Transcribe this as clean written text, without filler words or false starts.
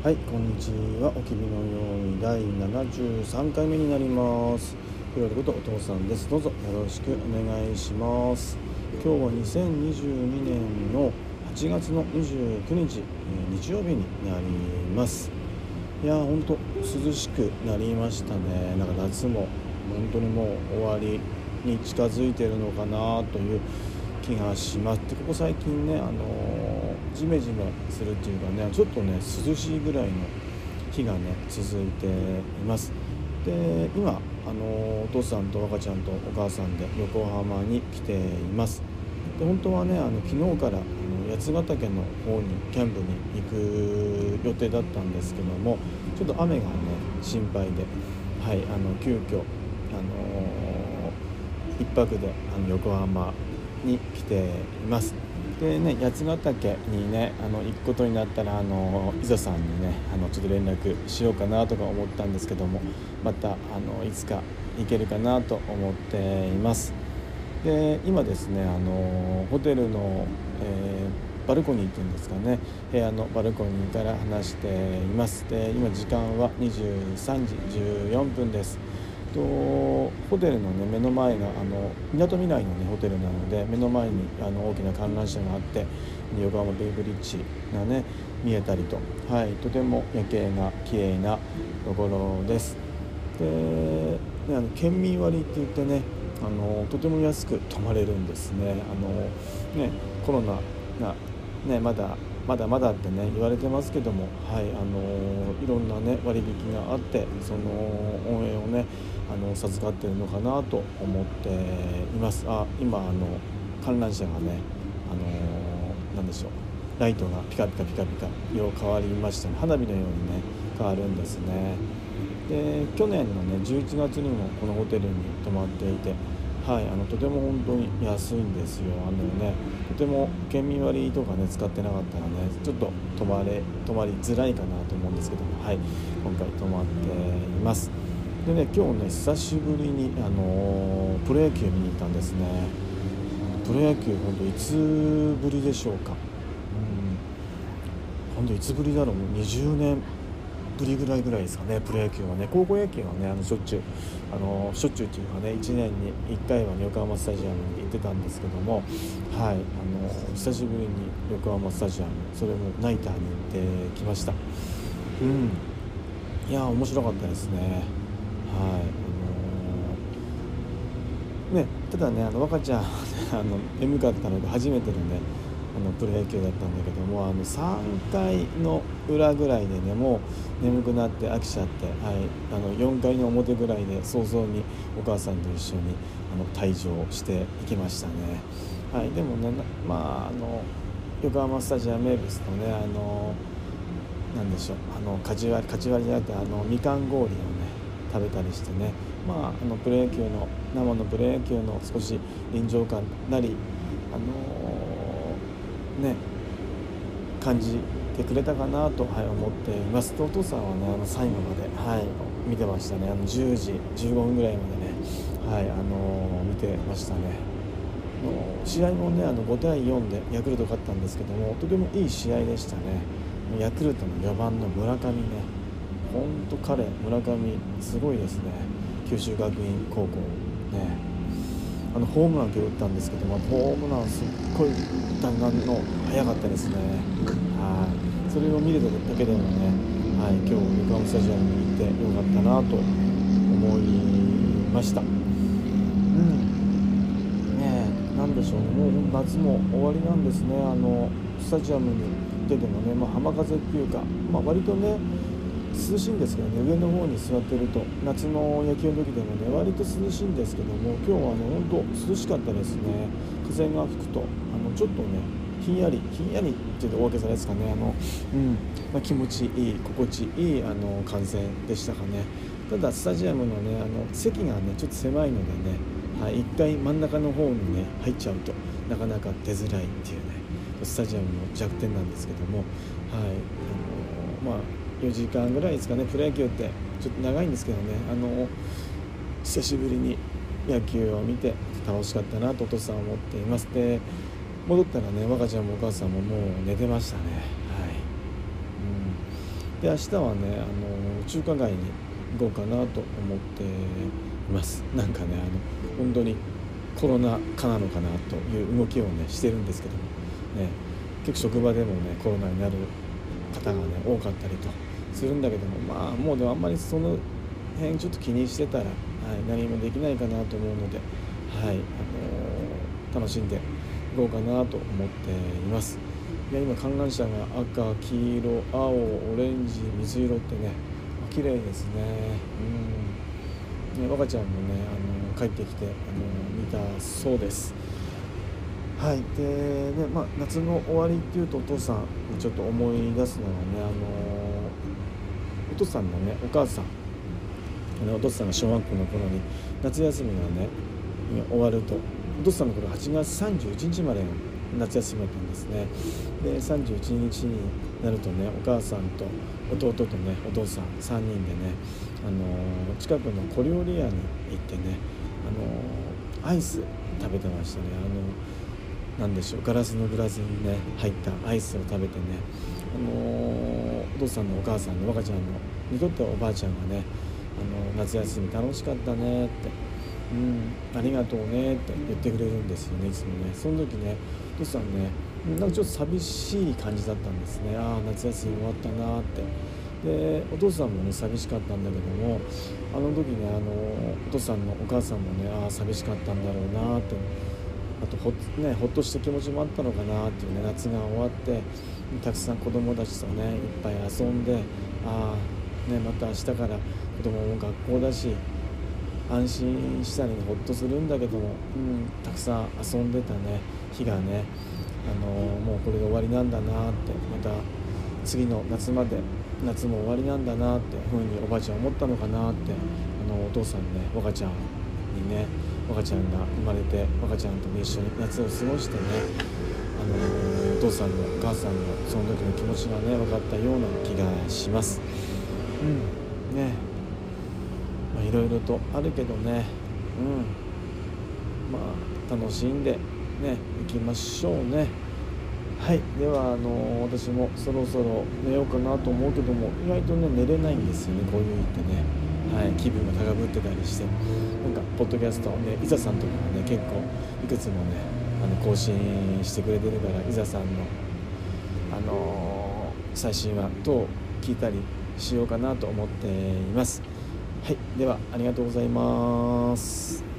はい、こんにちは。おきびのように第73回目になります。ひろることお父さんです。どうぞよろしくお願いします。今日は2022年の8月の29日、日曜日になります。いやー、ほんと涼しくなりましたね。なんか夏も本当にもう終わりに近づいてるのかなという気がします。で、ここ最近ね、ジメジメするっていうかね、ちょっとね涼しいぐらいの日がね続いています。で、今お父さんと赤ちゃんとお母さんで横浜に来ています。で、本当はね昨日から八ヶ岳の方にキャンプに行く予定だったんですけども、ちょっと雨がね心配で、はい、急遽一泊で横浜に来ています。でね、八ヶ岳にね行くことになったら伊佐さんにねちょっと連絡しようかなとか思ったんですけども、またいつか行けるかなと思っています。で、今ですねホテルの、バルコニーっていうんですかね、部屋のバルコニーから話しています。で、今時間は23時14分です。ホテルのね目の前がみなとみらいのねホテルなので、目の前に大きな観覧車があって、横浜ベイブリッジがね見えたりと、はい、とても夜景が綺麗なところです。で、県民割って言ってねとても安く泊まれるんですね。ね、コロナがねまだってね言われてますけども、はい、いろんなね割引があって、その応援をね授かっているのかなと思っています。今観覧車がねなんでしょう、ライトがピカピカピカピカ色変わりましたね。花火のようにね変わるんですね。で、去年のね11月にもこのホテルに泊まっていて、はい、とても本当に安いんですよ。とても県民割とかね使ってなかったらねちょっと泊まりづらいかなと思うんですけども、はい、今回泊まっています。でね、今日ね久しぶりにプロ野球見に行ったんですね。プロ野球本当いつぶりでしょうか。本当いつぶりだろう。もう20年ぶりぐらいですかね。プロ野球はね、高校野球はねしょっちゅうっていうかね、1年に1回は横浜スタジアムに行ってたんですけども、はい、久しぶりに横浜スタジアム、それもナイターに行ってきました。いや面白かったですね。はい、ただね若ちゃん眠かったので初めてのねプロ野球だったんだけども、3回の裏ぐらいでねもう眠くなって飽きちゃって、はい、4回の表ぐらいで早々にお母さんと一緒に退場していきましたね。はい、でもね横浜スタジアム名物のねなんでしょう、カチ割りじゃなくてみかん氷をね食べたりしてね、プロ野球の生のプロ野球の少し臨場感なり感じてくれたかなと、はい、思っています。お父さんはね最後まで、はい、見てましたね。10時15分ぐらいまでね、はい、見てましたね。試合もね5対4でヤクルト勝ったんですけども、とてもいい試合でしたね。ヤクルトの4番の村上ね、ほんと村上すごいですね。九州学院高校ね、ホームラン今日打ったんですけども、ホームランすっごい弾丸の速かったですね。はい、それを見れただけでもね、はい、今日横浜スタジアムに行ってよかったなと思いました。なんでしょうね、もう夏も終わりなんですね。スタジアムに出てもね、浜風っていうか、割とね涼しいんですけどね、上の方に座ってると夏の野球の時でもね割と涼しいんですけども、今日はね本当涼しかったですね。風が吹くとちょっとねひんやりっていうと大げさですかね。気持ちいい心地いい観戦でしたかね。ただスタジアムのね席がねちょっと狭いのでね、はい、一回真ん中の方にね入っちゃうとなかなか出づらいっていうねスタジアムの弱点なんですけども、はい、4時間ぐらいですかね。プロ野球ってちょっと長いんですけどね、久しぶりに野球を見て楽しかったなとお父さんは思っています。で、戻ったらね若ちゃんもお母さんももう寝てましたね。はい、 で明日はね中華街に行こうかなと思っています。なんかね本当にコロナ禍なのかなという動きをねしてるんですけどもね、結構職場でもねコロナになる方がね多かったりとするんだけども、もうでもあんまりその辺ちょっと気にしてたら、何もできないかなと思うので、楽しんでいこうかなと思っています。いや今観覧車が赤、黄色、青、オレンジ、水色ってね綺麗ですね。若ちゃんもね帰ってきて見たそうです。はい。でね、夏の終わりっていうとお父さんにちょっと思い出すのはねお父さんのねお母さんお父さんが小学校の頃に夏休みがね終わるとお父さんの頃8月31日までの夏休みだったんですね。で31日になるとねお母さんと弟とねお父さん3人でね近くの小料理屋に行ってねアイス食べてましたね。なんでしょう、ガラスのグラスにね入ったアイスを食べてねお父さんのお母さんの若ちゃんのにとってはおばあちゃんがね夏休み楽しかったねって、ありがとうねって言ってくれるんですよね、いつもね。その時ねお父さんねなんかちょっと寂しい感じだったんですね。夏休み終わったなって。でお父さんもね寂しかったんだけどもあの時ねお父さんのお母さんもね寂しかったんだろうなって、あとほっとした気持ちもあったのかなっていうね。夏が終わってたくさん子供たちとねいっぱい遊んでまた明日から子供も学校だし安心したりほっとするんだけども、たくさん遊んでたね日がねもうこれで終わりなんだなって、また次の夏まで夏も終わりなんだなってふうにおばあちゃん思ったのかなってお父さんね若ちゃんにね若ちゃんが生まれて若ちゃんと一緒に夏を過ごしてねお父さんのお母さんのその時の気持ちがね分かったような気がします。いろいろとあるけどね、楽しんでね行きましょうね。はい。では私もそろそろ寝ようかなと思うけども意外とね寝れないんですよね、こういう日ってね。気分が高ぶってたりしてなんかポッドキャストね伊沢さんとかがね結構いくつもね更新してくれてるから伊沢さんの最新話等聞いたりしようかなと思っています。はい。ではありがとうございます。